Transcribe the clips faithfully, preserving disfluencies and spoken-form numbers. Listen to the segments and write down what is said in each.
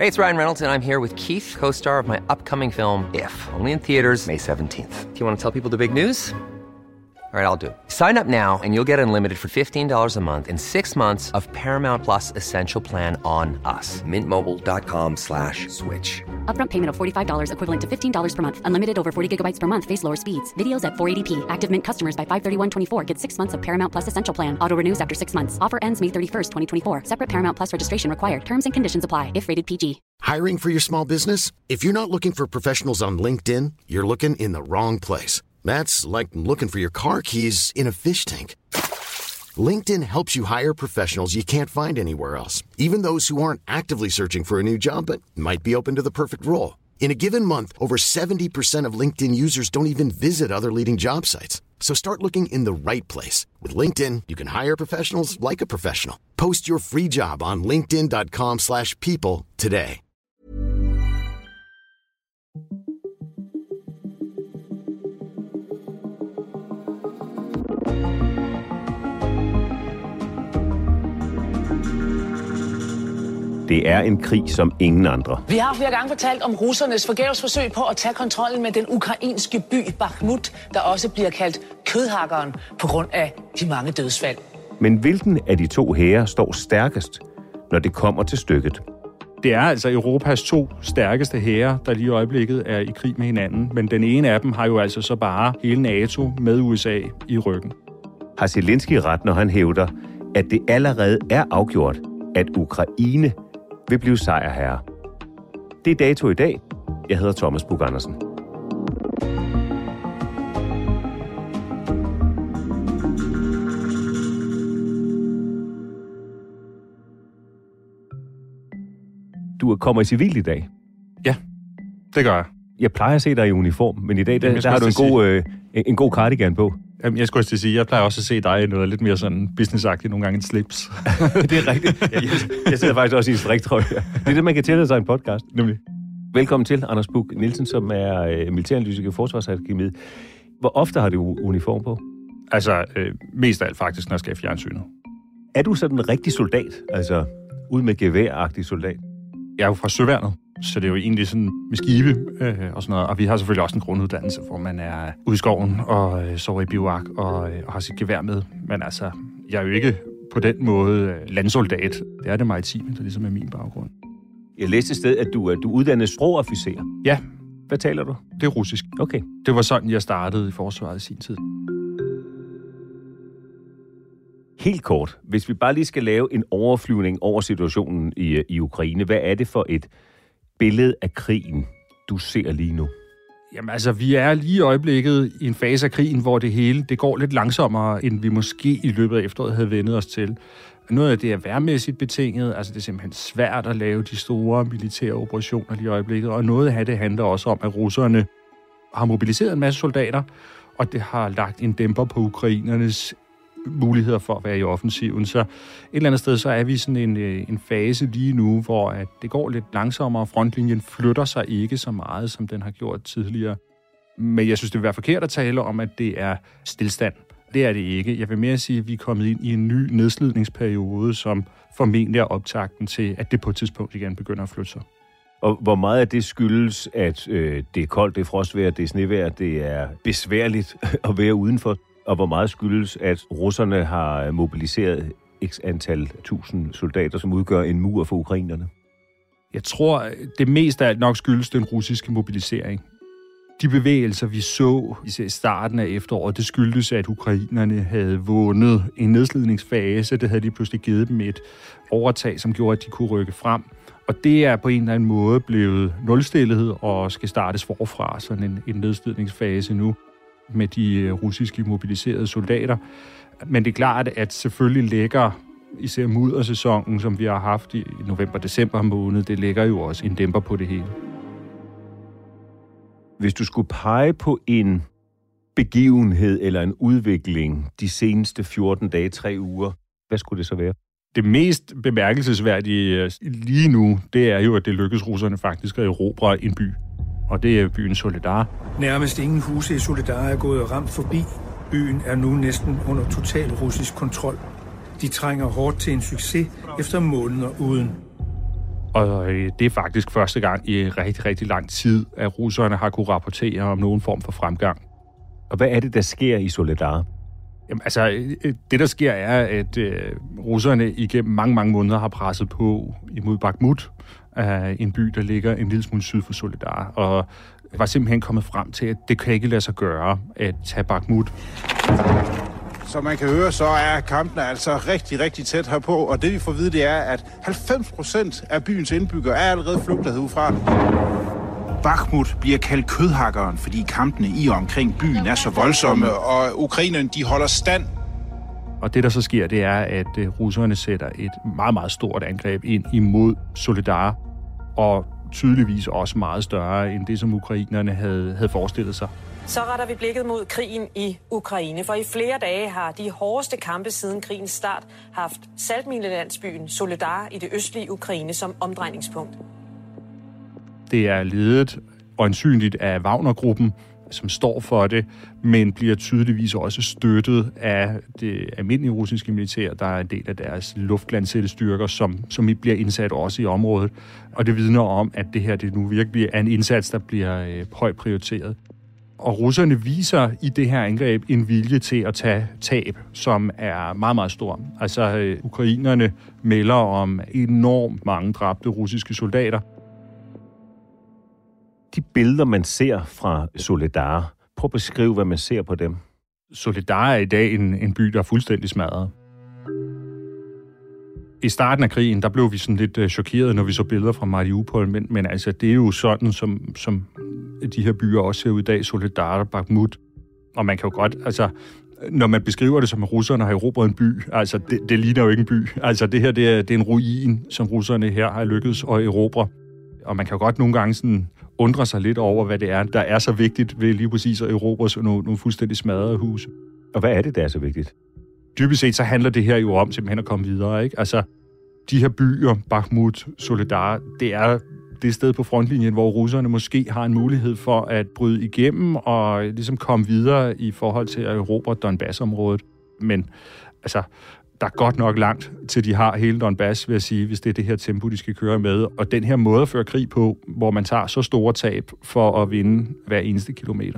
Hey, it's Ryan Reynolds, and I'm here with Keith, co-star of my upcoming film, If, only in theaters May seventeenth. Do you want to tell people the big news? All right, I'll do it. Sign up now and you'll get unlimited for fifteen dollars a month and six months of Paramount Plus Essential Plan on us. Mint Mobile dot com slash switch. Upfront payment of forty-five dollars equivalent to fifteen dollars per month. Unlimited over forty gigabytes per month. Face lower speeds. Videos at four eighty p. Active Mint customers by five thirty-one twenty-four get six months of Paramount Plus Essential Plan. Auto renews after six months. Offer ends May thirty-first, twenty twenty-four. Separate Paramount Plus registration required. Terms and conditions apply if rated P G. Hiring for your small business? If you're not looking for professionals on LinkedIn, you're looking in the wrong place. That's like looking for your car keys in a fish tank. LinkedIn helps you hire professionals you can't find anywhere else, even those who aren't actively searching for a new job but might be open to the perfect role. In a given month, over seventy percent of LinkedIn users don't even visit other leading job sites. So start looking in the right place. With LinkedIn, you can hire professionals like a professional. Post your free job on linkedin dot com slash people today. Det er en krig som ingen andre. Vi har flere gange fortalt om russernes forgæves forsøg på at tage kontrollen med den ukrainske by Bakhmut, der også bliver kaldt kødhakkeren på grund af de mange dødsfald. Men hvilken af de to hære står stærkest, når det kommer til stykket? Det er altså Europas to stærkeste hære, der lige i øjeblikket er i krig med hinanden. Men den ene af dem har jo altså så bare hele NATO med U S A i ryggen. Har Zelensky ret, når han hævder, at det allerede er afgjort, at Ukraine vil blive sejrherre? Det er dato i dag. Jeg hedder Thomas Buch Andersen. Du kommer i civil i dag. Ja, det gør jeg. Jeg plejer at se dig i uniform, men i dag der, der har du en god, øh, en god cardigan på. Jamen, jeg skulle også sige, jeg plejer også at se dig i noget lidt mere sådan businessagtigt, nogle gange en slips. Det er rigtigt. Jeg, jeg sidder faktisk også i en striktrøje. Det er det, man kan tillade sig i en podcast. Nemlig. Velkommen til, Anders Buch Nielsen, som er øh, militæranalytiker i Forsvarsakademiet. Hvor ofte har du uniform på? Altså, øh, mest af alt faktisk, når jeg skal i fjernsynet. Er du sådan en rigtig soldat? Altså, ud med gevær-agtig soldat? Jeg er jo fra Søværnet, så det er jo egentlig sådan med skibe øh, og sådan noget. Og vi har selvfølgelig også en grunduddannelse, hvor man er ude i skoven og øh, sover i bivak og, øh, og har sit gevær med. Men altså, jeg er jo ikke på den måde øh, landsoldat. Det er det maritime, der ligesom er min baggrund. Jeg læste et sted, at du er du uddannet sprogofficer. Ja. Hvad taler du? Det er russisk. Okay. Det var sådan, jeg startede i forsvaret i sin tid. Helt kort, hvis vi bare lige skal lave en overflyvning over situationen i, i Ukraine, hvad er det for et billede af krigen, du ser lige nu? Jamen altså, vi er lige i øjeblikket i en fase af krigen, hvor det hele det går lidt langsommere, end vi måske i løbet af efteråret havde vendet os til. Noget af det er vejrmæssigt betinget, altså det er simpelthen svært at lave de store militære operationer lige i øjeblikket, og noget af det handler også om, at russerne har mobiliseret en masse soldater, og det har lagt en dæmper på ukrainernes muligheder for at være i offensiven. Så et eller andet sted, så er vi sådan en, en fase lige nu, hvor at det går lidt langsommere, frontlinjen flytter sig ikke så meget, som den har gjort tidligere. Men jeg synes, det vil være forkert at tale om, at det er stillstand. Det er det ikke. Jeg vil mere sige, at vi er kommet ind i en ny nedslidningsperiode, som formentlig er optakten til, at det på et tidspunkt igen begynder at flytte sig. Og hvor meget af det skyldes, at øh, det er koldt, det er frostvejr, det er snevejr, det er besværligt at være udenfor? Og hvor meget skyldes, at russerne har mobiliseret x antal tusind soldater, som udgør en mur for ukrainerne? Jeg tror, det mest af alt nok skyldes den russiske mobilisering. De bevægelser, vi så i starten af efteråret, det skyldtes, at ukrainerne havde vundet en nedslidningsfase. Det havde de pludselig givet dem et overtag, som gjorde, at de kunne rykke frem. Og det er på en eller anden måde blevet nulstillet og skal startes forfra, sådan en, en nedslidningsfase nu med de russiske mobiliserede soldater. Men det er klart, at selvfølgelig lægger især muddersæsonen, som vi har haft i november-december måned, det lægger jo også en dæmper på det hele. Hvis du skulle pege på en begivenhed eller en udvikling de seneste fjorten dage, tre uger, hvad skulle det så være? Det mest bemærkelsesværdige lige nu, det er jo, at det lykkedes russerne faktisk at erobre en by. Og det er byen Soledar. Nærmest ingen huse i Soledar er gået ramt forbi. Byen er nu næsten under total russisk kontrol. De trænger hårdt til en succes efter måneder uden. Og det er faktisk første gang i rigtig, rigtig lang tid, at russerne har kunne rapportere om nogen form for fremgang. Og hvad er det, der sker i Soledar? Jamen, altså, det der sker er, at øh, russerne igennem mange, mange måneder har presset på imod Bakhmut, øh, en by, der ligger en lille smule syd for Soledar, og var simpelthen kommet frem til, at det kan ikke lade sig gøre at tage Bakhmut. Som man kan høre, så er kampene altså rigtig, rigtig tæt herpå, og det vi får at vide, det er, at halvfems procent af byens indbyggere er allerede flygtet herudfra. Bakhmut bliver kaldt kødhakkeren, fordi kampene i og omkring byen er så voldsomme, og ukrainerne de holder stand. Og det, der så sker, det er, at russerne sætter et meget, meget stort angreb ind imod Soledar, og tydeligvis også meget større end det, som ukrainerne havde, havde forestillet sig. Så retter vi blikket mod krigen i Ukraine, for i flere dage har de hårdeste kampe siden krigens start haft saltminelandsbyen Soledar i det østlige Ukraine som omdrejningspunkt. Det er ledet øjensynligt af Wagner-gruppen, som står for det, men bliver tydeligvis også støttet af det almindelige russiske militær, der er en del af deres luftlandsatte styrker, som, som bliver indsat også i området. Og det vidner om, at det her det nu virkelig er en indsats, der bliver øh, højt prioriteret. Og russerne viser i det her angreb en vilje til at tage tab, som er meget, meget stor. Altså, øh, ukrainerne melder om enormt mange dræbte russiske soldater. De billeder, man ser fra Soledar, prøv at beskrive, hvad man ser på dem. Soledar er i dag en, en by, der er fuldstændig smadret. I starten af krigen, der blev vi sådan lidt uh, chokeret, når vi så billeder fra Mariupol, men, men altså, det er jo sådan, som, som de her byer også ser ud i dag, Soledar og Bakhmut. Og man kan jo godt, altså, når man beskriver det som, at russerne har erobret en by, altså, det, det ligner jo ikke en by. Altså, det her, det er, det er en ruin, som russerne her har lykkedes at erobre. Og man kan jo godt nogle gange sådan undre sig lidt over, hvad det er, der er så vigtigt ved lige præcis at erobre sådan nogle, nogle fuldstændig smadrede huse. Og hvad er det, der er så vigtigt? Dybest set så handler det her jo om simpelthen at komme videre, ikke? Altså, de her byer, Bakhmut, Soledar, det er det sted på frontlinjen, hvor russerne måske har en mulighed for at bryde igennem og ligesom komme videre i forhold til at erobre Donbass-området. Men altså, der er godt nok langt til de har hele Donbass, vil jeg sige, hvis det er det her tempo, de skal køre med. Og den her måde at føre krig på, hvor man tager så store tab for at vinde hver eneste kilometer.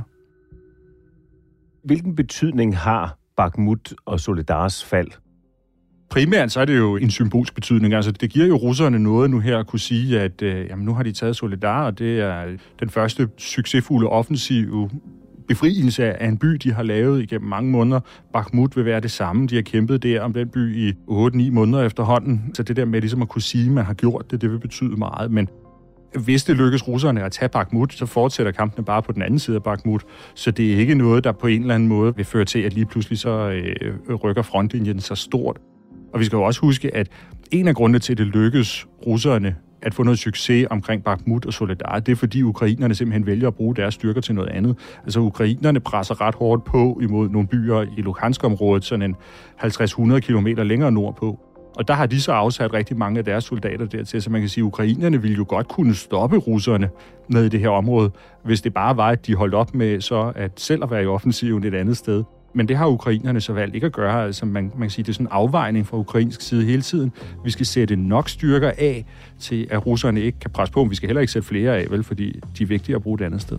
Hvilken betydning har Bakhmut og Soledars fald? Primært så er det jo en symbolsk betydning. Altså, det giver jo russerne noget nu her at kunne sige, at øh, jamen, nu har de taget Soledar, og det er den første succesfulde offensive befrielse af en by, de har lavet igennem mange måneder. Bakhmut vil være det samme. De har kæmpet der om den by i otte ni måneder efterhånden. Så det der med ligesom at kunne sige, at man har gjort det, det vil betyde meget. Men hvis det lykkes russerne at tage Bakhmut, så fortsætter kampene bare på den anden side af Bakhmut. Så det er ikke noget, der på en eller anden måde vil føre til, at lige pludselig så øh, rykker frontlinjen så stort. Og vi skal jo også huske, at en af grundene til, at det lykkes russerne at få noget succes omkring Bakhmut og Soledar, det er fordi ukrainerne simpelthen vælger at bruge deres styrker til noget andet. Altså ukrainerne presser ret hårdt på imod nogle byer i Luhansk-området, sådan en halvtreds hundrede kilometer længere nordpå. Og der har de så afsat rigtig mange af deres soldater dertil, så man kan sige, at ukrainerne ville jo godt kunne stoppe russerne ned i det her område, hvis det bare var, at de holdt op med så at selv at være i offensiven et andet sted. Men det har ukrainerne så valgt ikke at gøre. Altså man, man kan sige, det er sådan en afvejning fra ukrainsk side hele tiden. Vi skal sætte nok styrker af, til at russerne ikke kan presse på. Vi skal heller ikke sætte flere af, vel, fordi de er vigtige at bruge et andet sted.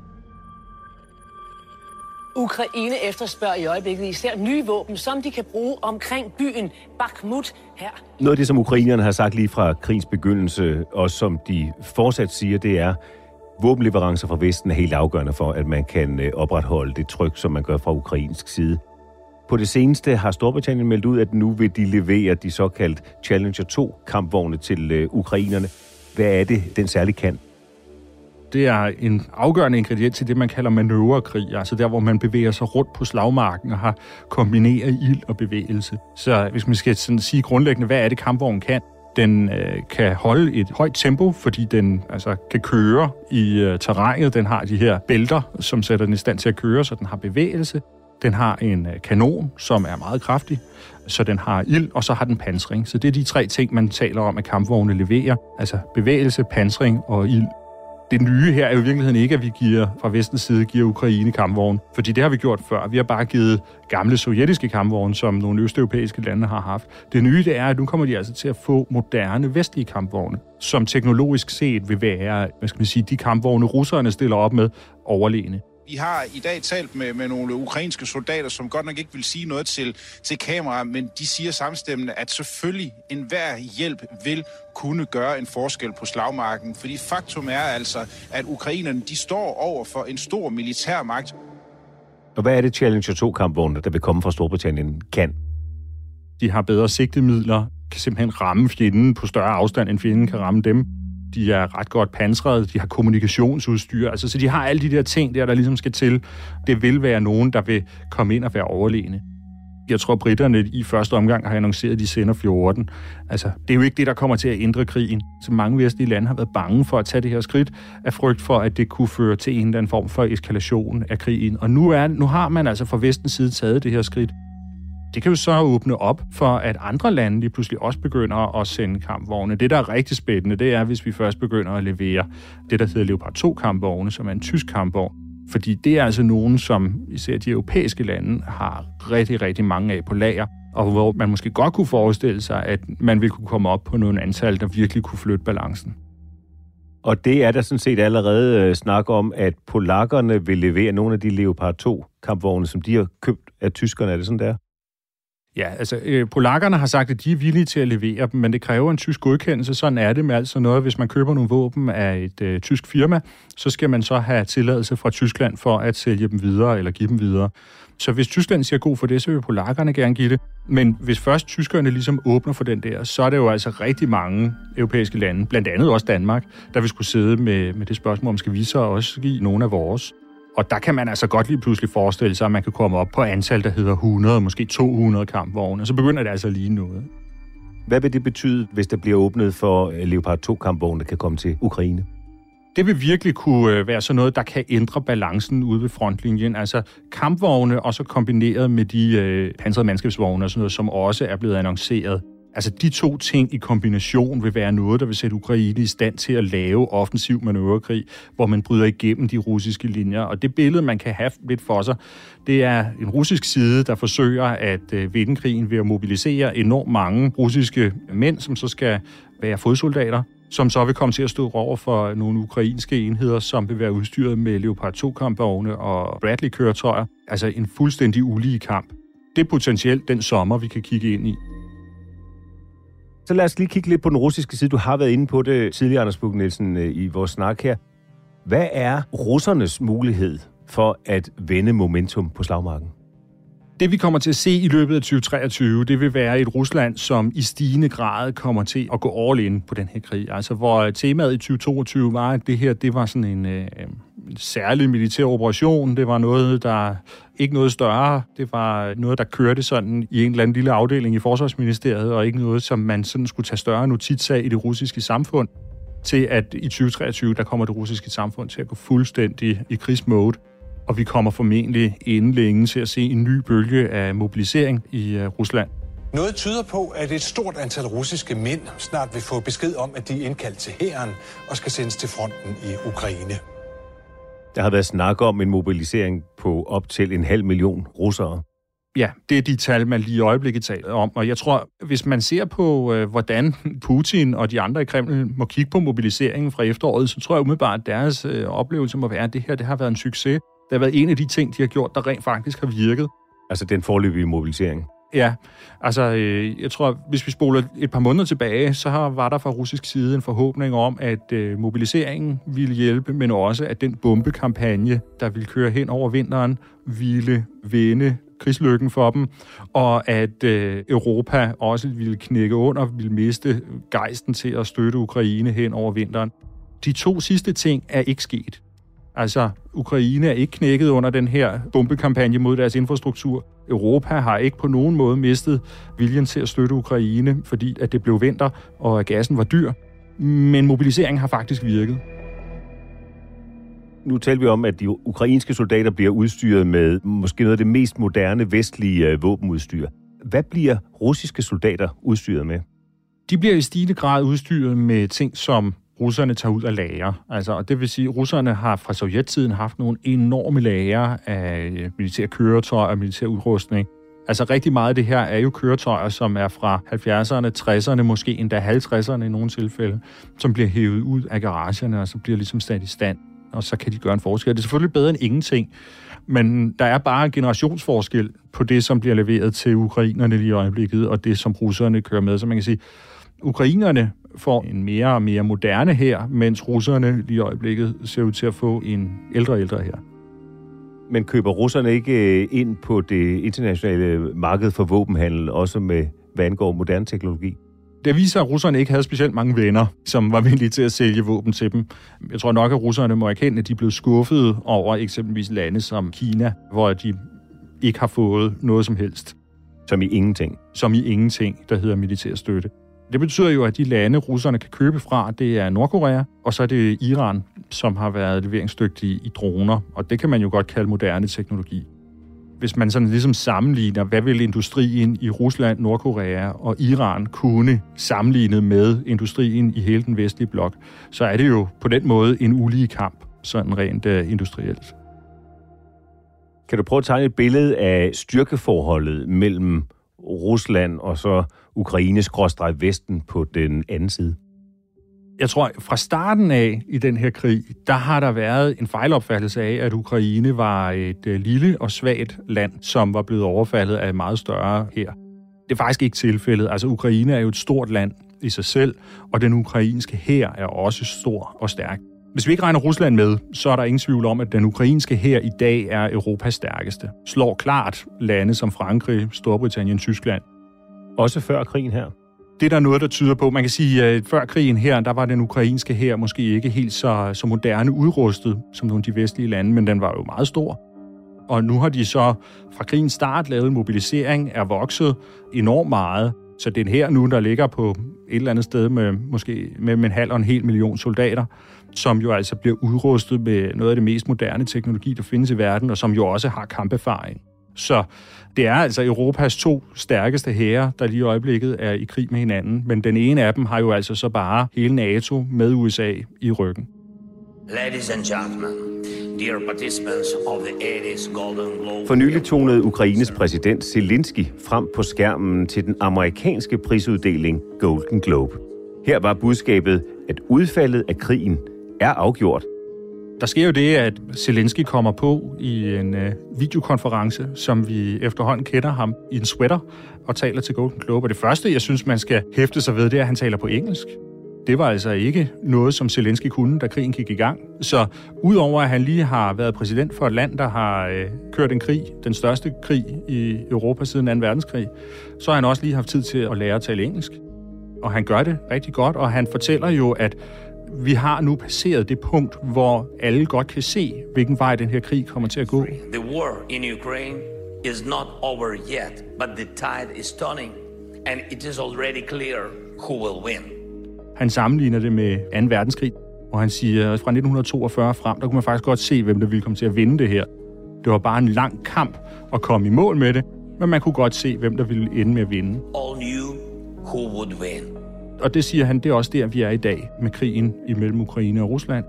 Ukraine efterspørger i øjeblikket især nye våben, som de kan bruge omkring byen Bakhmut her. Noget af det, som ukrainerne har sagt lige fra krigens begyndelse, og som de fortsat siger, det er, våbenleverancer fra Vesten er helt afgørende for, at man kan opretholde det tryk, som man gør fra ukrainsk side. På det seneste har Storbritannien meldt ud, at nu vil de levere de såkaldt Challenger to kampvogne til ukrainerne. Hvad er det, den særligt kan? Det er en afgørende ingrediens til det, man kalder manøvrekrig, altså der, hvor man bevæger sig rundt på slagmarken og har kombineret ild og bevægelse. Så hvis man skal sådan sige grundlæggende, hvad er det, kampvognen kan? Den øh, kan holde et højt tempo, fordi den altså, kan køre i øh, terrænet. Den har de her bælter, som sætter den i stand til at køre, så den har bevægelse. Den har en øh, kanon, som er meget kraftig, så den har ild, og så har den pansring. Så det er de tre ting, man taler om, at kampvogne leverer. Altså bevægelse, pansring og ild. Det nye her er jo i virkeligheden ikke, at vi giver fra vestens side giver Ukraine kampvogne, fordi det har vi gjort før. Vi har bare givet gamle sovjetiske kampvogne, som nogle østeuropæiske lande har haft. Det nye det er, at nu kommer de altså til at få moderne vestlige kampvogne, som teknologisk set vil være, hvad skal man sige, de kampvogne russerne stiller op med overlegne. Vi har i dag talt med, med nogle ukrainske soldater, som godt nok ikke vil sige noget til, til kamera, men de siger samstemmende, at selvfølgelig enhver hjælp vil kunne gøre en forskel på slagmarken. Fordi faktum er altså, at ukrainerne de står over for en stor militærmagt. Og hvad er det Challenger to-kampvogne, der vil komme fra Storbritannien, kan? De har bedre sigtemidler, kan simpelthen ramme fjenden på større afstand, end fjenden kan ramme dem. De er ret godt pansrede, de har kommunikationsudstyr, altså, så de har alle de der ting der, der ligesom skal til. Det vil være nogen, der vil komme ind og være overlegne. Jeg tror, britterne i første omgang har annonceret, at de sender fjorten. Altså, det er jo ikke det, der kommer til at ændre krigen. Så mange vestlige lande har været bange for at tage det her skridt af frygt for, at det kunne føre til en eller anden form for eskalation af krigen. Og nu, er, nu har man altså fra vestens side taget det her skridt. Det kan jo så åbne op for, at andre lande lige pludselig også begynder at sende kampvogne. Det, der er rigtig spændende, det er, hvis vi først begynder at levere det, der hedder Leopard to-kampvogne, som er en tysk kampvogn. Fordi det er altså nogen, som især de europæiske lande har rigtig, rigtig mange af på lager, og hvor man måske godt kunne forestille sig, at man ville kunne komme op på nogle antal, der virkelig kunne flytte balancen. Og det er der sådan set allerede snak om, at polakkerne vil levere nogle af de Leopard to-kampvogne, som de har købt af tyskerne. Er det sådan, der? Ja, altså øh, polakkerne har sagt, at de er villige til at levere dem, men det kræver en tysk godkendelse. Sådan er det med alt sådan noget. Hvis man køber nogle våben af et øh, tysk firma, så skal man så have tilladelse fra Tyskland for at sælge dem videre eller give dem videre. Så hvis Tyskland siger god for det, så vil polakkerne gerne give det. Men hvis først tyskerne ligesom åbner for den der, så er det jo altså rigtig mange europæiske lande, blandt andet også Danmark, der vil skulle sidde med, med det spørgsmål, om skal vi så også give nogle af vores. Og der kan man altså godt lige pludselig forestille sig, at man kan komme op på antal, der hedder hundrede, måske to hundrede kampvogne, og så begynder det altså lige noget. Hvad vil det betyde, hvis der bliver åbnet for Leopard to-kampvogne, der kan komme til Ukraine? Det vil virkelig kunne være sådan noget, der kan ændre balancen ude ved frontlinjen. Altså kampvogne, og så kombineret med de øh, pansrede mandskabsvogne og sådan noget, som også er blevet annonceret. Altså de to ting i kombination vil være noget, der vil sætte Ukraine i stand til at lave offensiv manøvrekrig, hvor man bryder igennem de russiske linjer. Og det billede, man kan have lidt for sig, det er en russisk side, der forsøger at vinde krigen ved at mobilisere enormt mange russiske mænd, som så skal være fodsoldater, som så vil komme til at stå over for nogle ukrainske enheder, som vil være udstyret med Leopard to-kampvogne og Bradley-køretøjer. Altså en fuldstændig ulige kamp. Det er potentielt den sommer, vi kan kigge ind i. Så lad os lige kigge lidt på den russiske side. Du har været inde på det tidligere, Anders Bugge Nielsen, i vores snak her. Hvad er russernes mulighed for at vende momentum på slagmarken? Det vi kommer til at se i løbet af tyve treogtyve, det vil være et Rusland, som i stigende grad kommer til at gå all in på den her krig. Altså hvor temaet i tyve toogtyve var, at det her det var sådan en øh, særlig militær operation. Det var noget, der ikke noget større. Det var noget, der kørte sådan i en eller anden lille afdeling i Forsvarsministeriet, og ikke noget, som man sådan skulle tage større notits af i det russiske samfund. Til at i tyve treogtyve, der kommer det russiske samfund til at gå fuldstændig i krigsmode. Og vi kommer formentlig inden længe til at se en ny bølge af mobilisering i uh, Rusland. Noget tyder på, at et stort antal russiske mænd snart vil få besked om, at de er indkaldt til hæren og skal sendes til fronten i Ukraine. Der har været snak om en mobilisering på op til en halv million russere. Ja, det er de tal, man lige i øjeblikket taler om. Og jeg tror, hvis man ser på, øh, hvordan Putin og de andre i Kreml må kigge på mobiliseringen fra efteråret, så tror jeg umiddelbart, at deres øh, oplevelse må være, at det her det har været en succes. Det har været en af de ting, de har gjort, der rent faktisk har virket. Altså den foreløbige mobilisering? Ja, altså øh, jeg tror, hvis vi spoler et par måneder tilbage, så har, var der fra russisk side en forhåbning om, at øh, mobiliseringen ville hjælpe, men også at den bombekampagne, der ville køre hen over vinteren, ville vende krigslykken for dem, og at øh, Europa også ville knække under, ville miste gejsten til at støtte Ukraine hen over vinteren. De to sidste ting er ikke sket. Altså, Ukraine er ikke knækket under den her bombekampagne mod deres infrastruktur. Europa har ikke på nogen måde mistet viljen til at støtte Ukraine, fordi at det blev vinter, og at gassen var dyr. Men mobiliseringen har faktisk virket. Nu taler vi om, at de ukrainske soldater bliver udstyret med måske noget af det mest moderne vestlige våbenudstyr. Hvad bliver russiske soldater udstyret med? De bliver i stigende grad udstyret med ting, som russerne tager ud af lager. Altså, og det vil sige, at russerne har fra sovjettiden haft nogle enorme lager af militære køretøjer og militær udrustning. Altså rigtig meget af det her er jo køretøjer, som er fra halvfjerdserne, tresserne, måske endda halvtredserne i nogle tilfælde, som bliver hævet ud af garagerne, og så bliver ligesom sat i stand, og så kan de gøre en forskel. Det er selvfølgelig bedre end ingenting, men der er bare en generationsforskel på det, som bliver leveret til ukrainerne lige i øjeblikket, og det, som russerne kører med. Så man kan sige, ukrainerne får en mere og mere moderne hær, mens russerne lige i øjeblikket ser ud til at få en ældre og ældre hær. Men køber russerne ikke ind på det internationale marked for våbenhandel, også med, hvad angår moderne teknologi? Det viser, at russerne ikke havde specielt mange venner, som var villige til at sælge våben til dem. Jeg tror nok, at russerne må erkende, at de blev skuffet over eksempelvis lande som Kina, hvor de ikke har fået noget som helst. Som i ingenting? Som i ingenting, der hedder militær støtte. Det betyder jo, at de lande, russerne kan købe fra, det er Nordkorea, og så er det Iran, som har været leveringsdygtige i droner, og det kan man jo godt kalde moderne teknologi. Hvis man sådan ligesom sammenligner, hvad vil industrien i Rusland, Nordkorea og Iran kunne sammenlignet med industrien i hele den vestlige blok, så er det jo på den måde en ulige kamp, sådan rent uh, industrielt. Kan du prøve at tegne et billede af styrkeforholdet mellem Rusland og så Ukraine-Vesten på den anden side? Jeg tror, fra starten af i den her krig, der har der været en fejlopfattelse af, at Ukraine var et uh, lille og svagt land, som var blevet overfaldet af et meget større hær. Det er faktisk ikke tilfældet. Altså, Ukraine er jo et stort land i sig selv, og den ukrainske hær er også stor og stærk. Hvis vi ikke regner Rusland med, så er der ingen tvivl om, at den ukrainske hær i dag er Europas stærkeste. Slår klart lande som Frankrig, Storbritannien, Tyskland. Også før krigen her? Det er der noget, der tyder på. Man kan sige, at før krigen her, der var den ukrainske hær måske ikke helt så, så moderne udrustet som nogle af de vestlige lande, men den var jo meget stor. Og nu har de så fra krigens start lavet en mobilisering, er vokset enormt meget. Så det er her nu, der ligger på et eller andet sted med måske med en halv og en hel million soldater, som jo altså bliver udrustet med noget af det mest moderne teknologi, der findes i verden, og som jo også har kamperfaring. Så det er altså Europas to stærkeste hære, der lige i øjeblikket er i krig med hinanden. Men den ene af dem har jo altså så bare hele NATO med U S A i ryggen. Ladies and gentlemen, dear participants of the eighties Golden Globe... For nylig tonede Ukraines præsident Zelensky frem på skærmen til den amerikanske prisuddeling Golden Globe. Her var budskabet, at udfaldet af krigen er afgjort. Der sker jo det, at Zelensky kommer på i en øh, videokonference, som vi efterhånden kender ham i en sweater, og taler til Golden Globe. Og det første, jeg synes, man skal hæfte sig ved, det er, at han taler på engelsk. Det var altså ikke noget, som Zelensky kunne, da krigen gik i gang. Så udover at han lige har været præsident for et land, der har øh, kørt en krig, den største krig i Europa siden anden verdenskrig, så har han også lige haft tid til at lære at tale engelsk. Og han gør det rigtig godt, og han fortæller jo, at vi har nu passeret det punkt, hvor alle godt kan se, hvilken vej den her krig kommer til at gå. The war in Ukraine is not over yet, but the tide is turning, and it is already clear who will win. Han sammenligner det med anden verdenskrig, og han siger, at fra nitten toogfyrre frem, der kunne man faktisk godt se, hvem der ville komme til at vinde det her. Det var bare en lang kamp at komme i mål med det, men man kunne godt se, hvem der ville ende med at vinde. All knew who would win. Og det siger han, det er også der, vi er i dag med krigen imellem Ukraine og Rusland.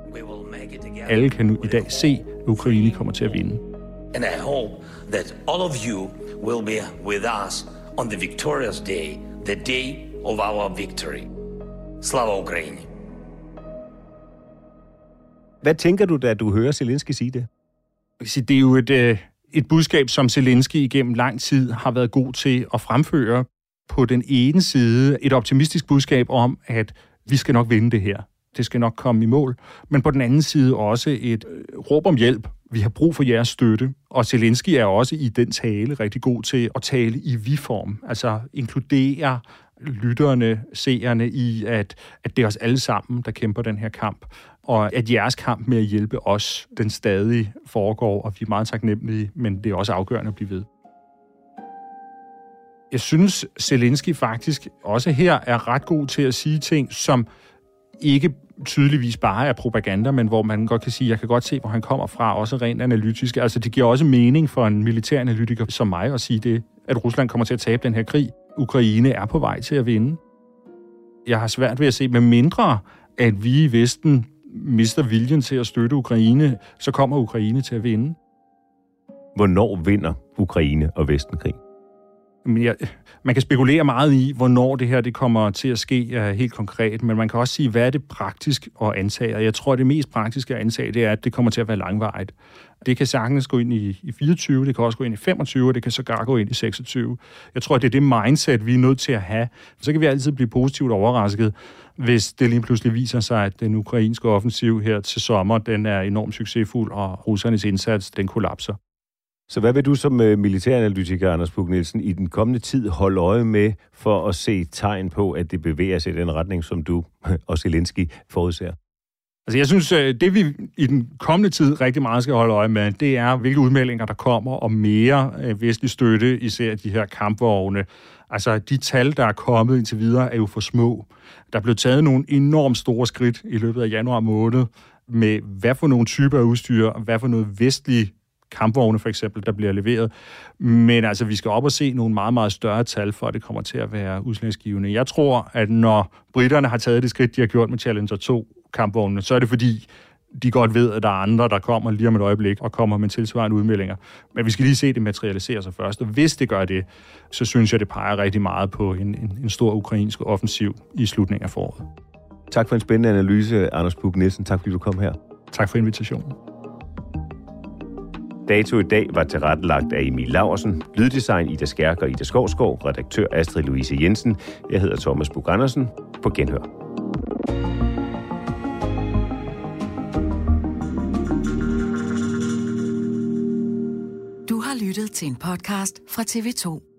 Alle kan nu i dag se, at Ukraine kommer til at vinde. And I hope that all of you will be with us on the victorious day, the day of our victory. Slava Ukraini. Hvad tænker du, da du hører Zelensky sige det? Det er jo et, et budskab, som Zelensky igennem lang tid har været god til at fremføre. På den ene side et optimistisk budskab om, at vi skal nok vinde det her. Det skal nok komme i mål. Men på den anden side også et råb om hjælp. Vi har brug for jeres støtte. Og Zelensky er også i den tale rigtig god til at tale i vi-form. Altså inkludere lytterne, seerne i, at, at det er os alle sammen, der kæmper den her kamp. Og at jeres kamp med at hjælpe os, den stadig foregår, og vi er meget taknemmelige, men det er også afgørende at blive ved. Jeg synes, Zelensky faktisk også her er ret god til at sige ting, som ikke tydeligvis bare er propaganda, men hvor man godt kan sige, jeg kan godt se, hvor han kommer fra, også rent analytisk. Altså, det giver også mening for en militæranalytiker som mig at sige det, at Rusland kommer til at tabe den her krig. Ukraine er på vej til at vinde. Jeg har svært ved at se, med mindre at vi i Vesten mister viljen til at støtte Ukraine, så kommer Ukraine til at vinde. Hvornår vinder Ukraine og Vesten krig? Men jeg, man kan spekulere meget i, hvornår det her det kommer til at ske uh, helt konkret, men man kan også sige, hvad er det praktisk at antage? Og jeg tror, at det mest praktiske at antage, det er, at det kommer til at være langvarigt. Det kan sagtens gå ind i, i fireogtyve, det kan også gå ind i femogtyve, og det kan sågar gå ind i seksogtyve. Jeg tror, at det er det mindset, vi er nødt til at have. Så kan vi altid blive positivt overrasket, hvis det lige pludselig viser sig, at den ukrainske offensiv her til sommer, den er enormt succesfuld, og russernes indsats, den kollapser. Så hvad vil du som militæranalytiker, Anders Puk Nielsen, i den kommende tid holde øje med for at se tegn på, at det bevæger sig i den retning, som du og Zelensky forudser? Altså jeg synes, det vi i den kommende tid rigtig meget skal holde øje med, det er, hvilke udmeldinger der kommer om mere vestlig støtte, især de her kampvogne. Altså de tal, der er kommet indtil videre, er jo for små. Der blev taget nogle enormt store skridt i løbet af januar måned med, hvad for nogle typer af udstyr, hvad for noget vestlig kampvogne for eksempel, der bliver leveret. Men altså, vi skal op og se nogle meget, meget større tal, for at det kommer til at være udslagsgivende. Jeg tror, at når britterne har taget det skridt, de har gjort med Challenger to kampvognene, så er det fordi, de godt ved, at der er andre, der kommer lige om et øjeblik og kommer med tilsvarende udmeldinger. Men vi skal lige se det materialisere sig først. Og hvis det gør det, så synes jeg, det peger rigtig meget på en, en, en stor ukrainsk offensiv i slutningen af foråret. Tak for en spændende analyse, Anders Puk Nielsen. Tak fordi du kom her. Tak for invitationen. Dato i dag var tilrettelagt af Emil Laursen, lyddesign Ida Skærk og Ida Skovsgaard, redaktør Astrid Louise Jensen. Jeg hedder Thomas Buk Andersen. På genhør. Du har lyttet til en podcast fra T V to.